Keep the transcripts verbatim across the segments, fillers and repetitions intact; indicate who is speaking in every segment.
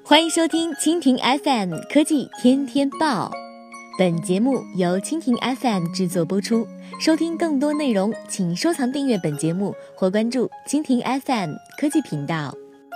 Speaker 1: 欢迎收听蜻蜓 F M 科技天天报，本节目由蜻蜓 F M 制作播出。收听更多内容，请收藏订阅本节目或关注蜻蜓 F M 科技频道。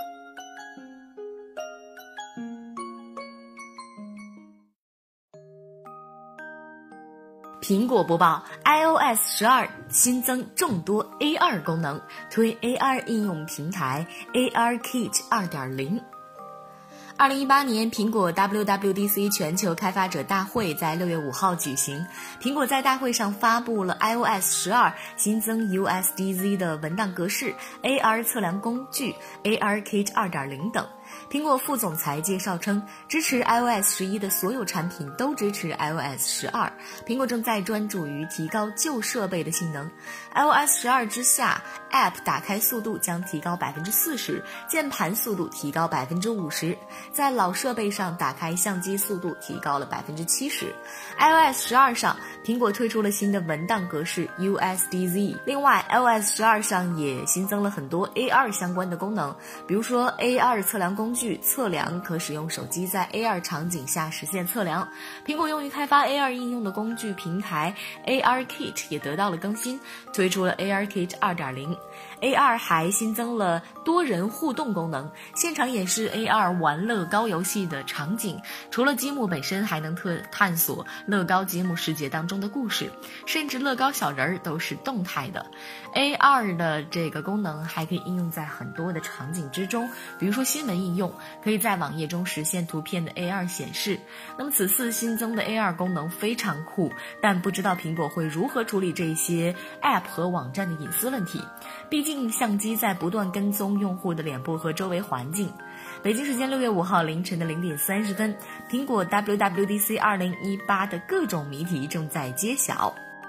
Speaker 1: 苹果播报 i O S 十二 新增众多 A R 功能，推 A R 应用平台 A R Kit 二点零。二零一八年苹果 W W D C 全球开发者大会在六月五号举行，苹果在大会上发布了 i O S 十二 新增 U S D Z 的文档格式、A R 测量工具、A R Kit 二点零 等。苹果副总裁介绍称，支持 i O S 十一的所有产品都支持 i O S 十二。苹果正在专注于提高旧设备的性能。i O S 十二之下 App 打开速度将提高 百分之四十， 键盘速度提高 百分之五十， 在老设备上打开相机速度提高了 百分之七十。 i O S 十二上苹果推出了新的文档格式 U S D Z。 另外 i O S 十二上也新增了很多 A R 相关的功能，比如说 A R 测量工具测量可使用手机在 A R 场景下实现测量。苹果用于开发 A R 应用的工具平台 A R Kit 也得到了更新，推出了 A R Kit 二点零。 A R 还新增了多人互动功能，现场演示 A R 玩乐高游戏的场景，除了积木本身，还能特探索乐高积木世界当中的故事，甚至乐高小人儿都是动态的。 A R 的这个功能还可以应用在很多的场景之中，比如说新闻应用，可以在网页中实现图片的 A R 显示。那么此次新增的 A R 功能非常酷，但不知道苹果会如何处理这些 App 和网站的隐私问题，毕竟相机在不断跟踪用户的脸部和周围环境。北京时间六月五号凌晨的零点三十分，苹果 W W D C 二零一八的各种谜题正在揭晓。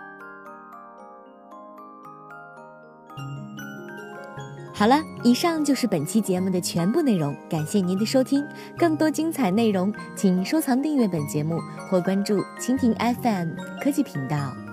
Speaker 1: 好了，以上就是本期节目的全部内容，感谢您的收听。更多精彩内容，请收藏订阅本节目或关注蜻蜓 F M 科技频道。